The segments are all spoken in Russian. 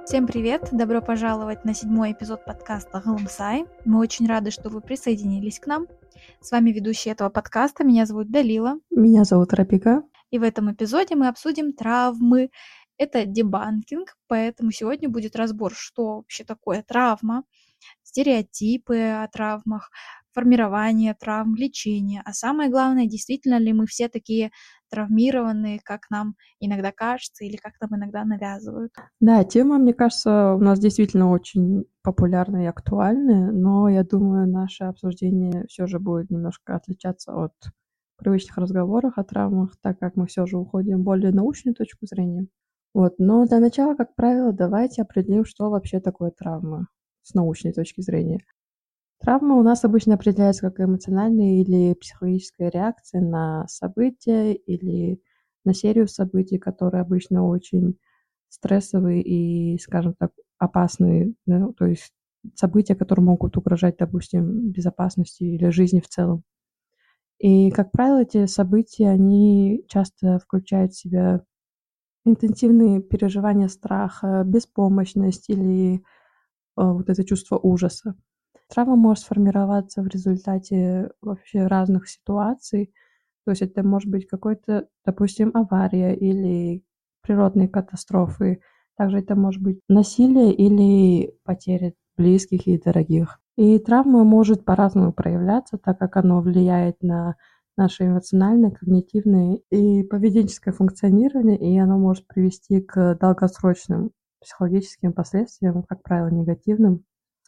Всем привет! Добро пожаловать на 7-й эпизод подкаста «Галымсай». Мы очень рады, что вы присоединились к нам. С вами ведущая этого подкаста, меня зовут Далила. Меня зовут Рабига. И в этом эпизоде мы обсудим травмы. Это дебанкинг, поэтому сегодня будет разбор, что вообще такое травма, стереотипы о травмах, формирование травм, лечение. А самое главное, действительно ли мы все такие травмированные, как нам иногда кажется или как нам иногда навязывают. Да, тема, мне кажется, у нас действительно очень популярная и актуальная, но я думаю, наше обсуждение все же будет немножко отличаться от привычных разговоров о травмах, так как мы все же уходим в более научную точку зрения. Но для начала, как правило, давайте определим, что вообще такое травма с научной точки зрения. Травма у нас обычно определяется как эмоциональная или психологическая реакция на события или на серию событий, которые обычно очень стрессовые и, скажем так, опасные, да, то есть события, которые могут угрожать, допустим, безопасности или жизни в целом. И, как правило, эти события, они часто включают в себя интенсивные переживания страха, беспомощность или вот это чувство ужаса. Травма может сформироваться в результате вообще разных ситуаций. То есть это может быть какой-то, допустим, авария или природные катастрофы. Также это может быть насилие или потеря близких и дорогих. И травма может по-разному проявляться, так как оно влияет на наше эмоциональное, когнитивное и поведенческое функционирование, и оно может привести к долгосрочным психологическим последствиям, как правило, негативным.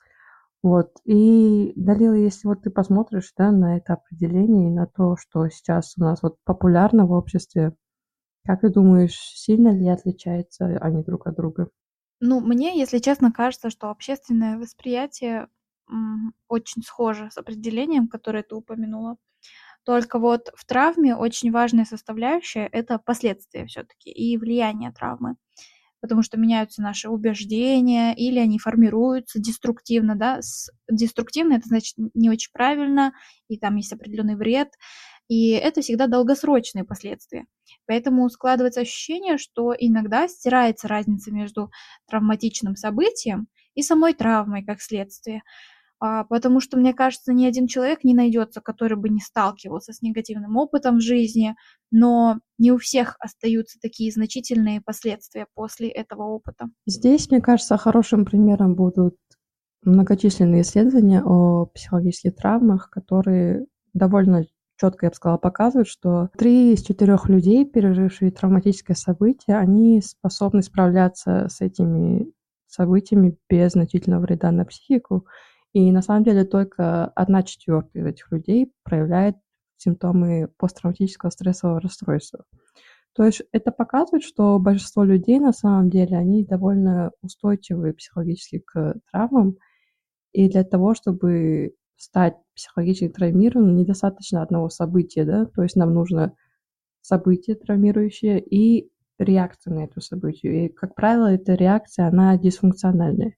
И, Далила, если вот ты посмотришь, да, на это определение и на то, что сейчас у нас вот популярно в обществе, как ты думаешь, сильно ли отличаются они друг от друга? Мне, если честно, кажется, что общественное восприятие, очень схоже с определением, которое ты упомянула. Только вот в травме очень важная составляющая — это последствия всё-таки и влияние травмы. Потому что меняются наши убеждения или они формируются деструктивно, да. Деструктивно — это значит не очень правильно, и там есть определенный вред, и это всегда долгосрочные последствия. Поэтому складывается ощущение, что иногда стирается разница между травматичным событием и самой травмой как следствие. Потому что, мне кажется, ни один человек не найдется, который бы не сталкивался с негативным опытом в жизни, но не у всех остаются такие значительные последствия после этого опыта. Здесь, мне кажется, хорошим примером будут многочисленные исследования о психологических травмах, которые довольно четко, я бы сказала, показывают, что 3 из 4 людей, пережившие травматическое событие, они способны справляться с этими событиями без значительного вреда на психику. И на самом деле только 1/4 из этих людей проявляет симптомы посттравматического стрессового расстройства. То есть это показывает, что большинство людей на самом деле, они довольно устойчивы психологически к травмам, и для того, чтобы стать психологически травмированным, недостаточно одного события, да, то есть нам нужно событие травмирующее и реакция на это событие. И, как правило, эта реакция, она дисфункциональная.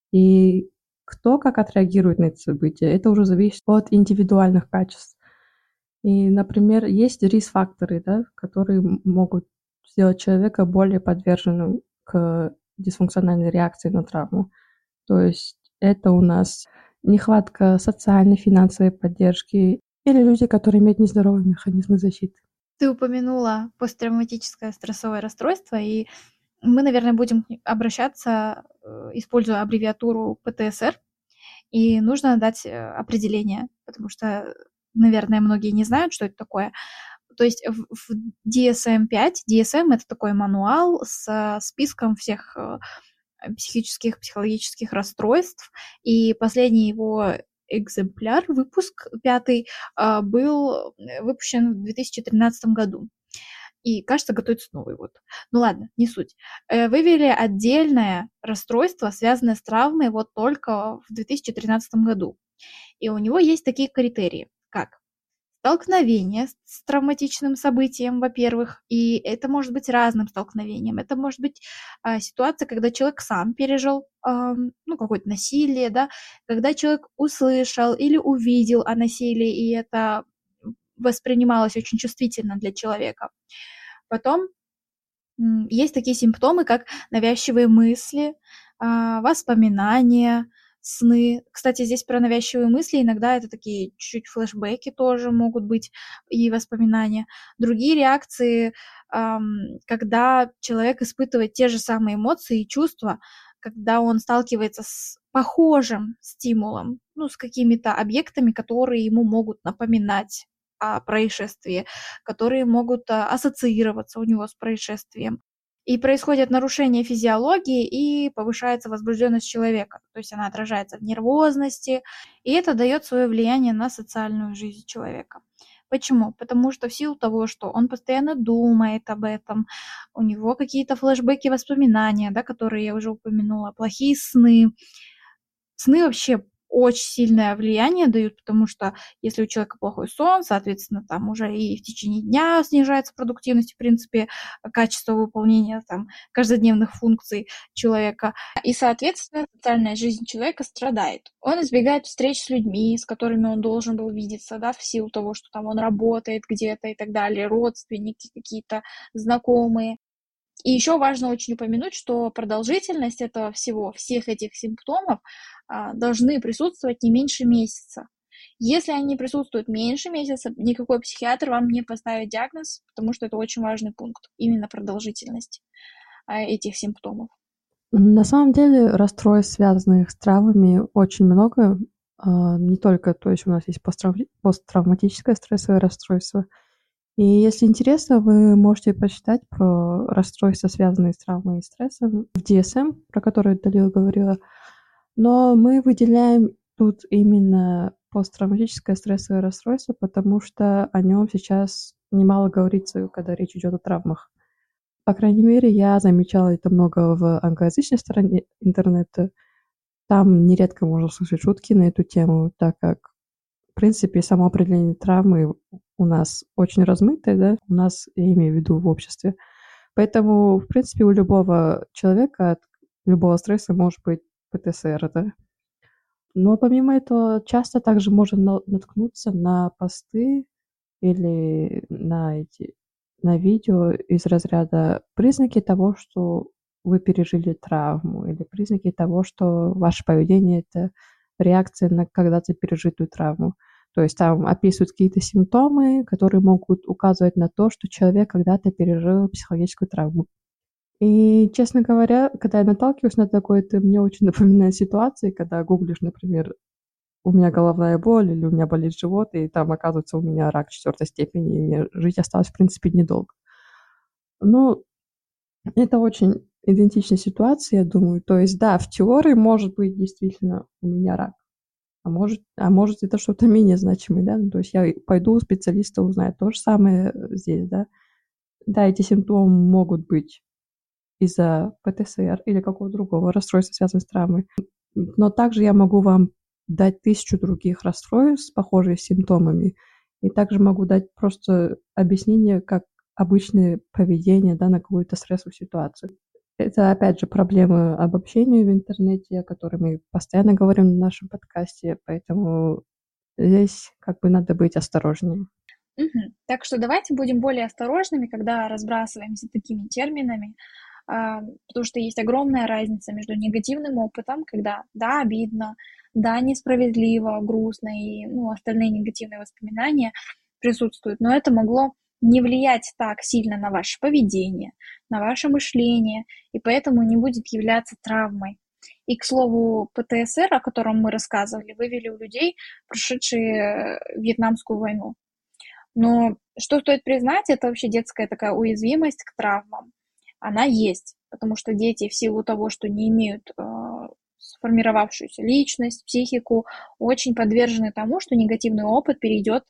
И кто как отреагирует на это событие, это уже зависит от индивидуальных качеств. И, например, есть риск-факторы, да, которые могут сделать человека более подверженным к дисфункциональной реакции на травму. То есть это у нас нехватка социальной, финансовой поддержки или люди, которые имеют нездоровые механизмы защиты. Ты упомянула посттравматическое стрессовое расстройство, и мы, наверное, будем к обращаться, используя аббревиатуру ПТСР, и нужно дать, определение, потому что, наверное, многие не знают, что это такое. То есть в DSM-5, DSM — это такой мануал с списком всех, психологических расстройств, и последний его экземпляр, выпуск 5, был, выпущен в 2013 году. И, кажется, готовится новый вот. Ну ладно, не суть. Вывели отдельное расстройство, связанное с травмой, вот только в 2013 году. И у него есть такие критерии, как столкновение с травматичным событием, во-первых, и это может быть разным столкновением. Это может быть, ситуация, когда человек сам пережил, какое-то насилие, да, когда человек услышал или увидел о насилии, и это воспринималось очень чувствительно для человека. Потом есть такие симптомы, как навязчивые мысли, воспоминания, сны. Кстати, здесь про навязчивые мысли иногда это такие чуть-чуть флешбеки тоже могут быть и воспоминания. Другие реакции, когда человек испытывает те же самые эмоции и чувства, когда он сталкивается с похожим стимулом, ну, с какими-то объектами, которые ему могут напоминать о происшествии, которые могут, ассоциироваться у него с происшествием. И происходят нарушения физиологии, и повышается возбужденность человека. То есть она отражается в нервозности, и это дает свое влияние на социальную жизнь человека. Почему? Потому что в силу того, что он постоянно думает об этом, у него какие-то флешбеки, воспоминания, да, которые я уже упомянула, плохие сны. Сны вообще очень сильное влияние дают, потому что если у человека плохой сон, соответственно, там уже и в течение дня снижается продуктивность, в принципе, качество выполнения там каждодневных функций человека. И, соответственно, социальная жизнь человека страдает. Он избегает встреч с людьми, с которыми он должен был видеться, да, в силу того, что там он работает где-то и так далее, родственники какие-то, знакомые. И еще важно очень упомянуть, что продолжительность этого всего, всех этих симптомов должны присутствовать не меньше месяца. Если они присутствуют меньше месяца, никакой психиатр вам не поставит диагноз, потому что это очень важный пункт, именно продолжительность этих симптомов. На самом деле расстройств, связанных с травмами, очень много. Не только, то есть у нас есть посттравматическое стрессовое расстройство. И если интересно, вы можете почитать про расстройства, связанные с травмой и стрессом в DSM, про который Далила говорила. Но мы выделяем тут именно посттравматическое стрессовое расстройство, потому что о нем сейчас немало говорится, когда речь идет о травмах. По крайней мере, я замечала это много в англоязычной стороне интернета. Там нередко можно слышать шутки на эту тему, так как, в принципе, само определение травмы у нас очень размытое, да, у нас, я имею в виду, в обществе. Поэтому, в принципе, у любого человека от любого стресса может быть ПТСР, да. Но помимо этого, часто также можно наткнуться на посты или на видео из разряда признаки того, что вы пережили травму, или признаки того, что ваше поведение — это реакция на когда-то пережитую травму. То есть там описывают какие-то симптомы, которые могут указывать на то, что человек когда-то пережил психологическую травму. И, честно говоря, когда я наталкиваюсь на такое, это мне очень напоминает ситуации, когда гуглишь, например, у меня головная боль или у меня болит живот, и там, оказывается, у меня рак 4 степени, и мне жить осталось, в принципе, недолго. Ну, это очень идентичная ситуация, я думаю. То есть, да, в теории может быть действительно у меня рак, а может это что-то менее значимое, да. Ну, то есть я пойду у специалиста, узнаю. То же самое здесь, да. Да, эти симптомы могут быть из-за ПТСР или какого-то другого расстройства, связанного с травмой. Но также я могу вам дать 1000 других расстройств с похожими симптомами. И также могу дать просто объяснение, как обычное поведение, да, на какую-то стрессовую ситуацию. Это, опять же, проблемы обобщения в интернете, о которой мы постоянно говорим в нашем подкасте, поэтому здесь как бы надо быть осторожнее. Так что давайте будем более осторожными, когда разбрасываемся такими терминами, потому что есть огромная разница между негативным опытом, когда, да, обидно, да, несправедливо, грустно и, ну, остальные негативные воспоминания присутствуют, но это могло не влиять так сильно на ваше поведение, на ваше мышление, и поэтому не будет являться травмой. И, к слову, ПТСР, о котором мы рассказывали, вывели у людей, прошедшие Вьетнамскую войну. Но что стоит признать, это вообще детская такая уязвимость к травмам. Она есть, потому что дети в силу того, что не имеют сформировавшуюся личность, психику, очень подвержены тому, что негативный опыт перейдет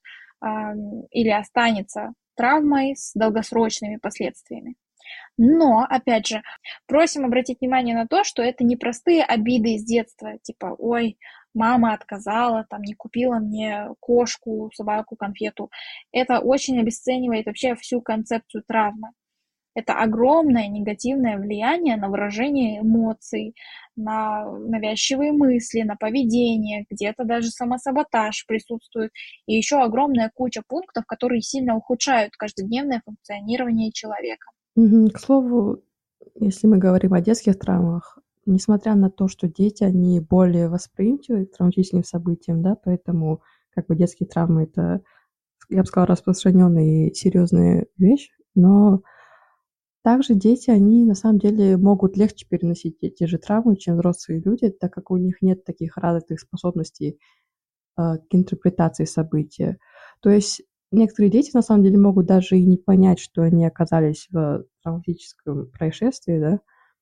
или останется травмой с долгосрочными последствиями. Но, опять же, просим обратить внимание на то, что это не простые обиды из детства, типа, ой, мама отказала, там, не купила мне кошку, собаку, конфету. Это очень обесценивает вообще всю концепцию травмы. Это огромное негативное влияние на выражение эмоций, на навязчивые мысли, на поведение, где-то даже самосаботаж присутствует. И еще огромная куча пунктов, которые сильно ухудшают каждодневное функционирование человека. К слову, если мы говорим о детских травмах, несмотря на то, что дети, они более восприимчивы к травматическим событиям, да, поэтому как бы детские травмы — это, я бы сказала, распространенная и серьезная вещь, но также дети, они на самом деле могут легче переносить те же травмы, чем взрослые люди, так как у них нет таких развитых способностей к интерпретации события. То есть некоторые дети на самом деле могут даже и не понять, что они оказались в травматическом происшествии, да,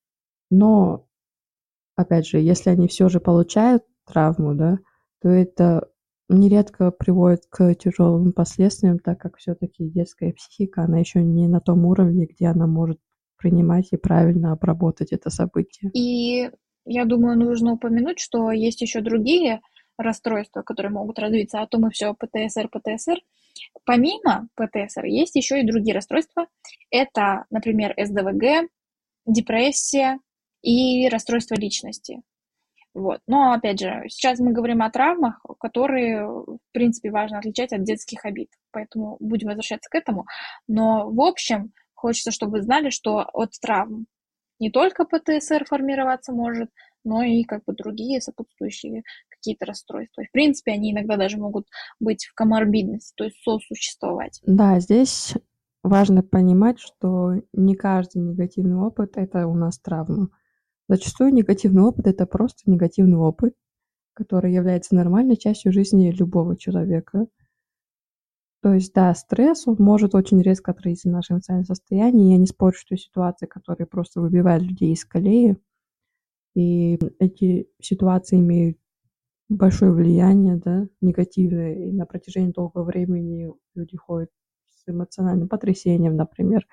но опять же, если они все же получают травму, да, то это нередко приводит к тяжелым последствиям, так как все таки детская психика, она еще не на том уровне, где она может принимать и правильно обработать это событие. И я думаю, нужно упомянуть, что есть еще другие расстройства, которые могут развиться, а то мы все ПТСР, ПТСР. Помимо ПТСР есть еще и другие расстройства. Это, например, СДВГ, депрессия и расстройство личности. Вот. Но, опять же, сейчас мы говорим о травмах, которые, в принципе, важно отличать от детских обид. Поэтому будем возвращаться к этому. Но, в общем, хочется, чтобы вы знали, что от травм не только ПТСР формироваться может, но и как бы другие сопутствующие какие-то расстройства. И, в принципе, они иногда даже могут быть в коморбидности, то есть сосуществовать. Да, здесь важно понимать, что не каждый негативный опыт — это у нас травма. Зачастую негативный опыт — это просто негативный опыт, который является нормальной частью жизни любого человека. То есть, да, стресс, он может очень резко отразиться на нашем эмоциональном состоянии. Я не спорю, что есть ситуации, которые просто выбивают людей из колеи, и эти ситуации имеют большое влияние, да, негативное, и на протяжении долгого времени люди ходят с эмоциональным потрясением, например.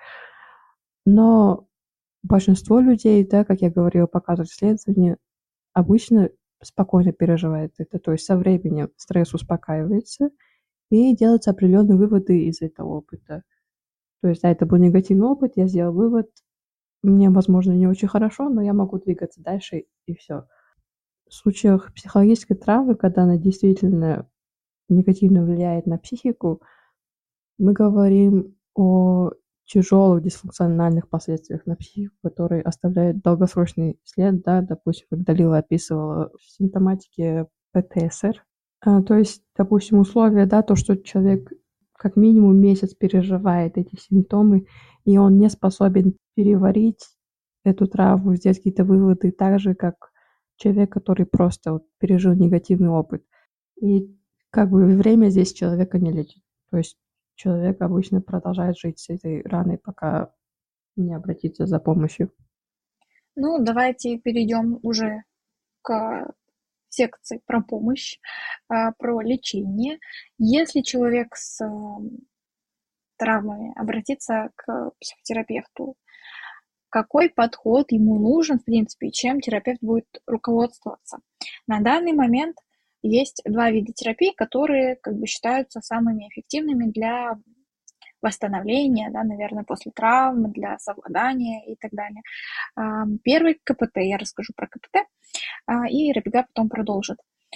Но большинство людей, да, как я говорила, показывают исследования, обычно спокойно переживает это. То есть со временем стресс успокаивается, и делаются определенные выводы из этого опыта. То есть, да, это был негативный опыт, я сделал вывод, мне, возможно, не очень хорошо, но я могу двигаться дальше, и все. В случаях психологической травмы, когда она действительно негативно влияет на психику, мы говорим о тяжелых дисфункциональных последствиях на психику, которые оставляют долгосрочный след, да, допустим, как Далила описывала в симптоматике ПТСР. То есть, допустим, условия, да, то, что человек как минимум месяц переживает эти симптомы, и он не способен переварить эту травму, сделать какие-то выводы, так же, как человек, который просто вот пережил негативный опыт. И как бы время здесь человека не лечит. То есть человек обычно продолжает жить с этой раной, пока не обратится за помощью. Ну, давайте перейдем уже к секции про помощь, про лечение. Если человек с травмами обратится к психотерапевту, какой подход ему нужен, в принципе, и чем терапевт будет руководствоваться. На данный момент есть два вида терапии, которые как бы считаются самыми эффективными для восстановления, да, наверное, после травм, для совладания и так далее. Первый КПТ, я расскажу про КПТ, и Рабига потом продолжит.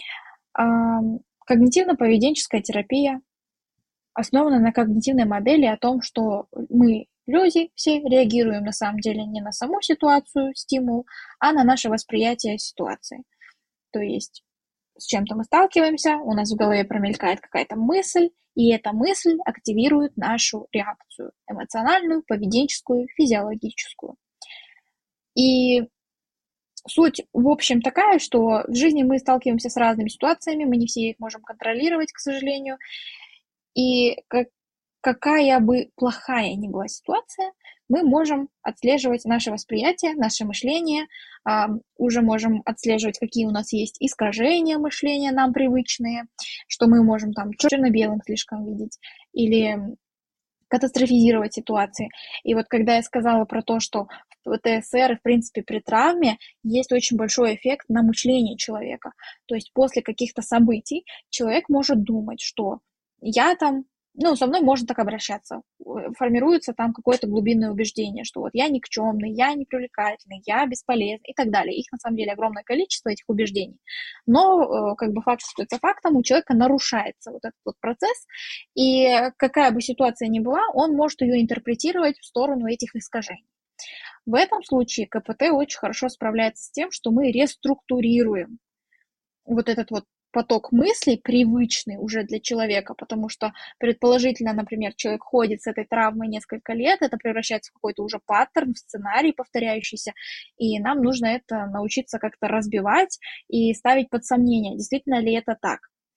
Когнитивно-поведенческая терапия основана на когнитивной модели о том, что мы, люди, все реагируем на самом деле не на саму ситуацию, стимул, а на наше восприятие ситуации. То есть с чем-то мы сталкиваемся, у нас в голове промелькает какая-то мысль, и эта мысль активирует нашу реакцию эмоциональную, поведенческую, физиологическую. И суть, в общем, такая, что в жизни мы сталкиваемся с разными ситуациями, мы не все их можем контролировать, к сожалению. И какая бы плохая ни была ситуация, мы можем отслеживать наше восприятие, наше мышление, уже можем отслеживать, какие у нас есть искажения мышления нам привычные, что мы можем там черно-белым слишком видеть или катастрофизировать ситуации. И вот когда я сказала про то, что в ПТСР, в принципе, при травме есть очень большой эффект на мышление человека. То есть после каких-то событий человек может думать, что я там, ну, со мной можно так обращаться. Формируется там какое-то глубинное убеждение, что вот я никчемный, я непривлекательный, я бесполезный и так далее. Их на самом деле огромное количество, этих убеждений. Но как бы факт остается фактом, у человека нарушается вот этот вот процесс, и какая бы ситуация ни была, он может ее интерпретировать в сторону этих искажений. В этом случае КПТ очень хорошо справляется с тем, что мы реструктурируем вот этот вот поток мыслей, привычный уже для человека, потому что предположительно, например, человек ходит с этой травмой несколько лет, это превращается в какой-то уже паттерн, в сценарий повторяющийся, и нам нужно это научиться как-то разбивать и ставить под сомнение, действительно ли это так.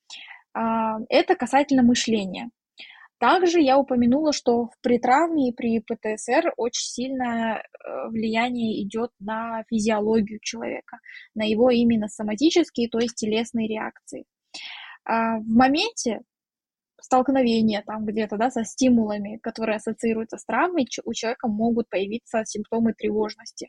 Это касательно мышления. Также я упомянула, что при травме и при ПТСР очень сильное влияние идет на физиологию человека, на его именно соматические, то есть телесные реакции. В моменте столкновения там где-то, да, со стимулами, которые ассоциируются с травмой, у человека могут появиться симптомы тревожности,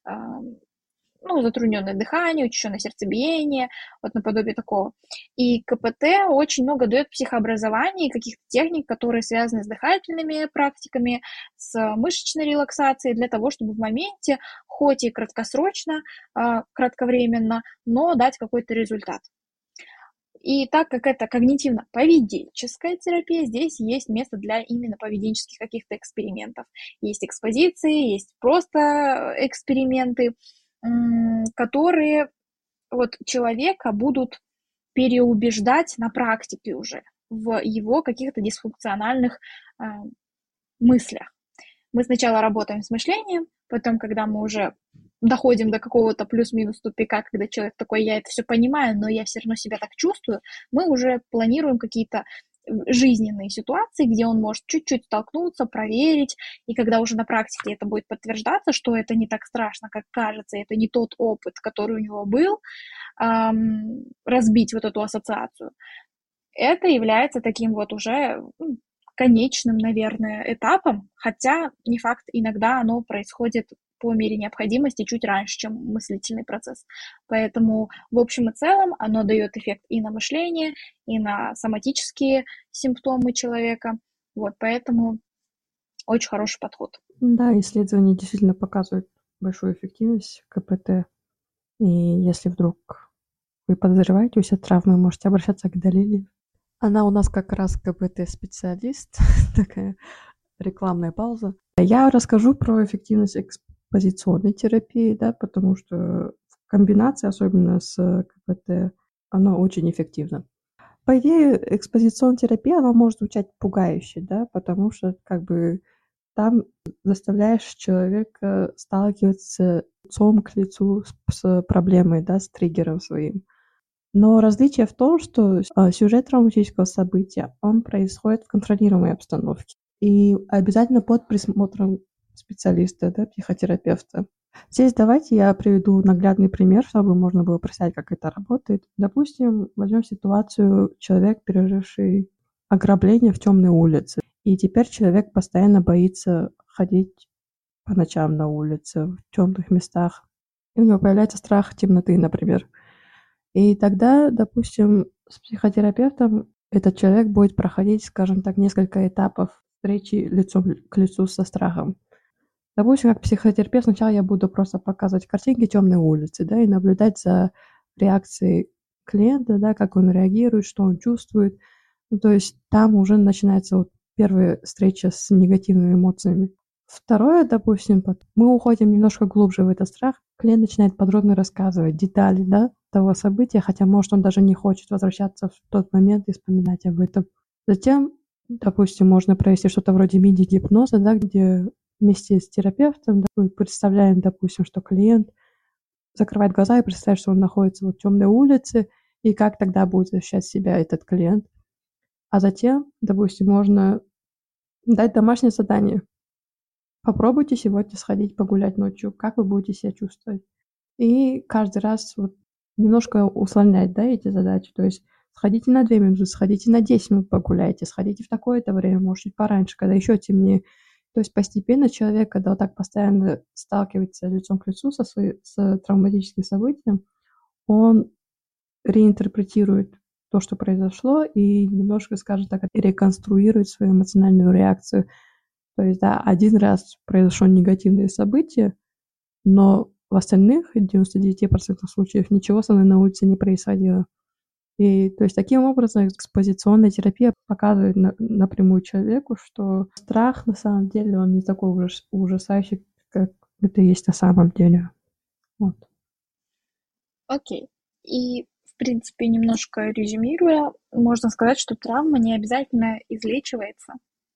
ну, затрудненное дыхание, учащенное сердцебиение, вот наподобие такого. И КПТ очень много дает психообразований, каких-то техник, которые связаны с дыхательными практиками, с мышечной релаксацией, для того, чтобы в моменте, хоть и краткосрочно, кратковременно, но дать какой-то результат. И так как это когнитивно-поведенческая терапия, здесь есть место для именно поведенческих каких-то экспериментов. Есть экспозиции, есть просто эксперименты, которые вот человека будут переубеждать на практике уже в его каких-то дисфункциональных мыслях. Мы сначала работаем с мышлением, потом, когда мы уже доходим до какого-то плюс-минус тупика, когда человек такой, я это все понимаю, но я все равно себя так чувствую, мы уже планируем какие-то жизненные ситуации, где он может чуть-чуть столкнуться, проверить, и когда уже на практике это будет подтверждаться, что это не так страшно, как кажется, это не тот опыт, который у него был, разбить вот эту ассоциацию, это является таким вот уже конечным, наверное, этапом, хотя не факт, иногда оно происходит по мере необходимости чуть раньше, чем мыслительный процесс. Поэтому в общем и целом оно дает эффект и на мышление, и на соматические симптомы человека. Вот, поэтому очень хороший подход. Да, исследования действительно показывают большую эффективность КПТ. И если вдруг вы подозреваете у себя травмы, можете обращаться к Далиле. Она у нас как раз КПТ-специалист, такая рекламная пауза. Я расскажу про эффективность экспозиционной терапии, да, потому что в комбинации, особенно с КПТ, она очень эффективна. По идее, экспозиционная терапия, она может звучать пугающе, да, потому что как бы там заставляешь человека сталкиваться лицом к лицу с проблемой, да, с триггером своим. Но различие в том, что сюжет травматического события, он происходит в контролируемой обстановке. И обязательно под присмотром специалиста, да, психотерапевта. Здесь давайте я приведу наглядный пример, чтобы можно было представить, как это работает. Допустим, возьмем ситуацию человек, переживший ограбление в темной улице. И теперь человек постоянно боится ходить по ночам на улице, в темных местах. И у него появляется страх темноты, например. И тогда, допустим, с психотерапевтом этот человек будет проходить, скажем так, несколько этапов встречи лицом к лицу со страхом. Допустим, как психотерапевт сначала я буду просто показывать картинки темной улицы, да, и наблюдать за реакцией клиента, да, как он реагирует, что он чувствует. Ну, то есть там уже начинается вот первая встреча с негативными эмоциями. Второе, допустим, мы уходим немножко глубже в этот страх. Клиент начинает подробно рассказывать детали, да, того события, хотя, может, он даже не хочет возвращаться в тот момент и вспоминать об этом. Затем, допустим, можно провести что-то вроде мини-гипноза, да, где вместе с терапевтом, да, мы представляем, допустим, что клиент закрывает глаза и представляет, что он находится вот в темной улице, и как тогда будет защищать себя этот клиент. А затем, допустим, можно дать домашнее задание. Попробуйте сегодня сходить погулять ночью, как вы будете себя чувствовать. И каждый раз вот немножко усложнять, да, эти задачи. То есть сходите на 2 минуты, сходите на 10 минут погуляйте, сходите в такое-то время, может, чуть пораньше, когда еще темнее. То есть постепенно человек, когда вот так постоянно сталкивается лицом к лицу с травматическим событием, он реинтерпретирует то, что произошло, и немножко, скажем так, реконструирует свою эмоциональную реакцию. То есть, да, один раз произошло негативное событие, но в остальных 99% случаев ничего со мной на улице не происходило. И то есть таким образом экспозиционная терапия показывает напрямую человеку, что страх на самом деле он не такой ужасающий, как это есть на самом деле. Вот. Окей. И, в принципе, немножко резюмируя, можно сказать, что травма не обязательно излечивается,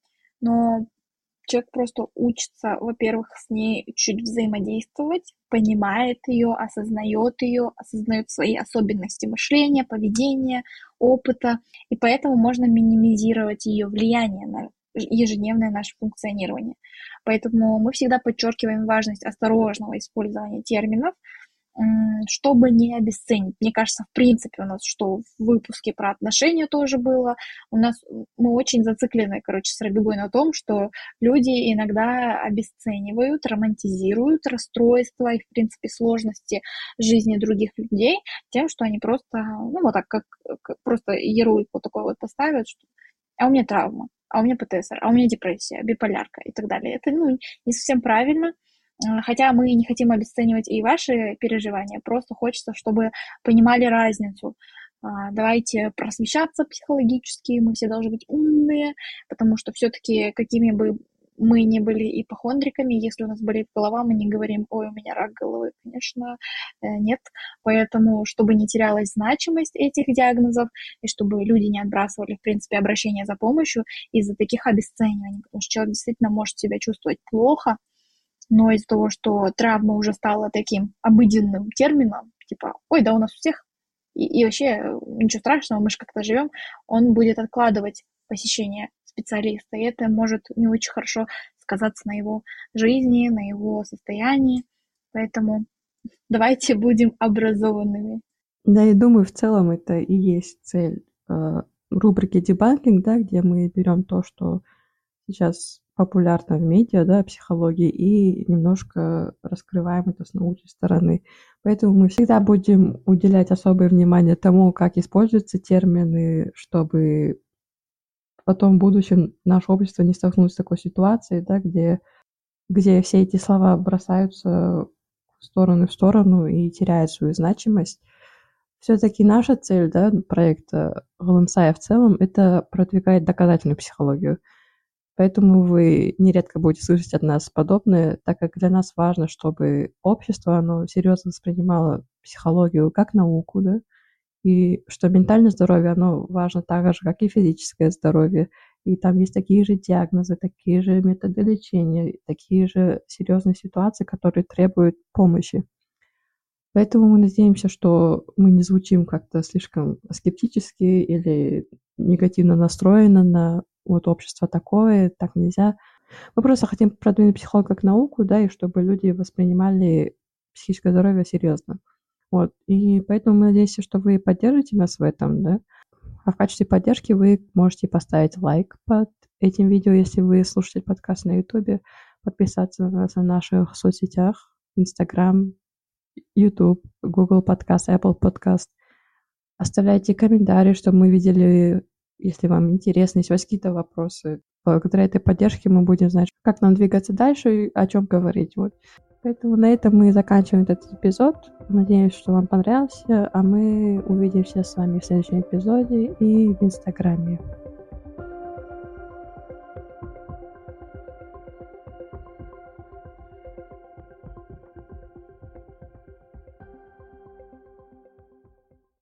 но человек просто учится, во-первых, с ней чуть взаимодействовать, понимает ее, осознает свои особенности мышления, поведения, опыта, и поэтому можно минимизировать ее влияние на ежедневное наше функционирование. Поэтому мы всегда подчеркиваем важность осторожного использования терминов, чтобы не обесценить. Мне кажется, в принципе, у нас что в выпуске про отношения тоже было, у нас мы очень зациклены, короче, с Рабигой на том, что люди иногда обесценивают, романтизируют расстройства и, в принципе, сложности жизни других людей тем, что они просто, ну, вот так, как просто ярлык вот такой вот поставят, что а у меня травма, а у меня ПТСР, а у меня депрессия, биполярка и так далее. Это, ну, не совсем правильно. Хотя мы не хотим обесценивать и ваши переживания, просто хочется, чтобы понимали разницу. Давайте просвещаться психологически, мы все должны быть умные, потому что все-таки какими бы мы ни были ипохондриками, если у нас болит голова, мы не говорим, ой, у меня рак головы, конечно, нет. Поэтому, чтобы не терялась значимость этих диагнозов, и чтобы люди не отбрасывали, в принципе, обращение за помощью из-за таких обесцениваний, потому что человек действительно может себя чувствовать плохо, но из-за того, что травма уже стала таким обыденным термином, типа, ой, да у нас у всех, и вообще ничего страшного, мы же как-то живем, он будет откладывать посещение специалиста, и это может не очень хорошо сказаться на его жизни, на его состоянии, поэтому давайте будем образованными. Да, я думаю, в целом это и есть цель рубрики дебанкинг, да, где мы берем то, что сейчас популярно в медиа, да, психологии, и немножко раскрываем это с научной стороны. Поэтому мы всегда будем уделять особое внимание тому, как используются термины, чтобы потом в будущем наше общество не столкнулось с такой ситуацией, да, где все эти слова бросаются в сторону и теряют свою значимость. Все-таки наша цель, да, проекта Голымсая в целом, это продвигать доказательную психологию. Поэтому вы нередко будете слышать от нас подобное, так как для нас важно, чтобы общество, оно серьезно воспринимало психологию как науку, да, и что ментальное здоровье, оно важно так же, как и физическое здоровье. И там есть такие же диагнозы, такие же методы лечения, такие же серьезные ситуации, которые требуют помощи. Поэтому мы надеемся, что мы не звучим как-то слишком скептически или негативно настроено на вот общество такое, так нельзя. Мы просто хотим продвинуть психолога как науку, да, и чтобы люди воспринимали психическое здоровье серьезно. Вот. И поэтому мы надеемся, что вы поддержите нас в этом, да. А в качестве поддержки вы можете поставить лайк под этим видео, если вы слушаете подкаст на Ютубе, подписаться на нас на наших соцсетях, Инстаграм, YouTube, Google подкаст, Apple подкаст. Оставляйте комментарии, чтобы мы видели, если вам интересно, если у вас какие-то вопросы. Благодаря этой поддержке мы будем знать, как нам двигаться дальше и о чем говорить. Вот. Поэтому на этом мы заканчиваем этот эпизод. Надеюсь, что вам понравился, а мы увидимся с вами в следующем эпизоде и в Инстаграме.